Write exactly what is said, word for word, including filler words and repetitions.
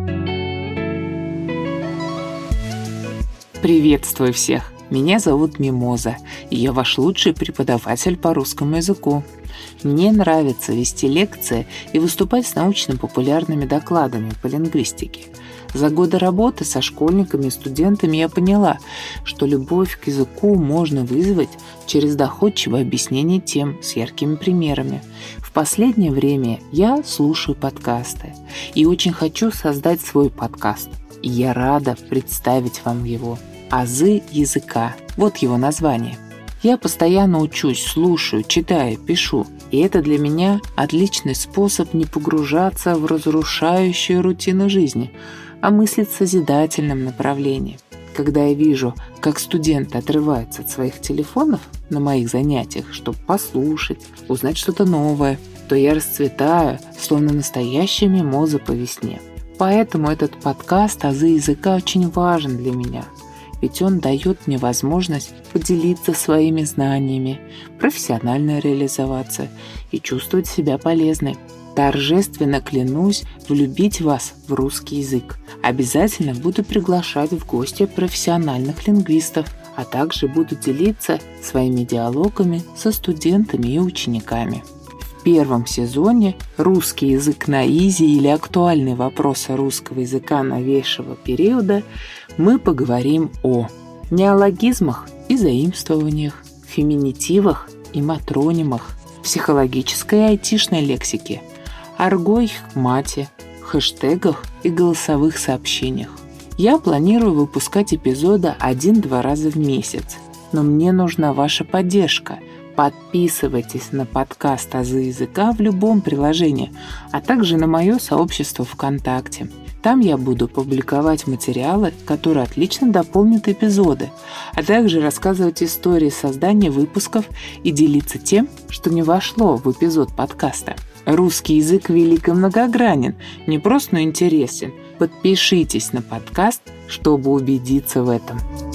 Приветствую всех! Меня зовут Мимоза, и я ваш лучший преподаватель по русскому языку. Мне нравится вести лекции и выступать с научно-популярными докладами по лингвистике. За годы работы со школьниками и студентами я поняла, что любовь к языку можно вызвать через доходчивое объяснение тем с яркими примерами. В последнее время я слушаю подкасты и очень хочу создать свой подкаст. И я рада представить вам его. «Азы языка». Вот его название. Я постоянно учусь, слушаю, читаю, пишу. И это для меня отличный способ не погружаться в разрушающую рутину жизни, а мыслить в созидательном направлении. Когда я вижу, как студенты отрываются от своих телефонов на моих занятиях, чтобы послушать, узнать что-то новое, то я расцветаю, словно настоящая мимоза по весне. Поэтому этот подкаст «Азы языка» очень важен для меня. Ведь он дает мне возможность поделиться своими знаниями, профессионально реализоваться и чувствовать себя полезной. Торжественно клянусь влюбить вас в русский язык. Обязательно буду приглашать в гости профессиональных лингвистов, а также буду делиться своими диалогами со студентами и учениками. В первом сезоне «Русский язык на изи» или актуальные вопросы русского языка новейшего периода мы поговорим о неологизмах и заимствованиях, феминитивах и матронимах, психологической и айтишной лексике, аргоих мате, хэштегах и голосовых сообщениях. Я планирую выпускать эпизоды один-два раза в месяц, но мне нужна ваша поддержка. Подписывайтесь на подкаст «Азы языка» в любом приложении, а также на мое сообщество ВКонтакте. Там я буду публиковать материалы, которые отлично дополнят эпизоды, а также рассказывать истории создания выпусков и делиться тем, что не вошло в эпизод подкаста. Русский язык велик и многогранен, не просто, но интересен. Подпишитесь на подкаст, чтобы убедиться в этом.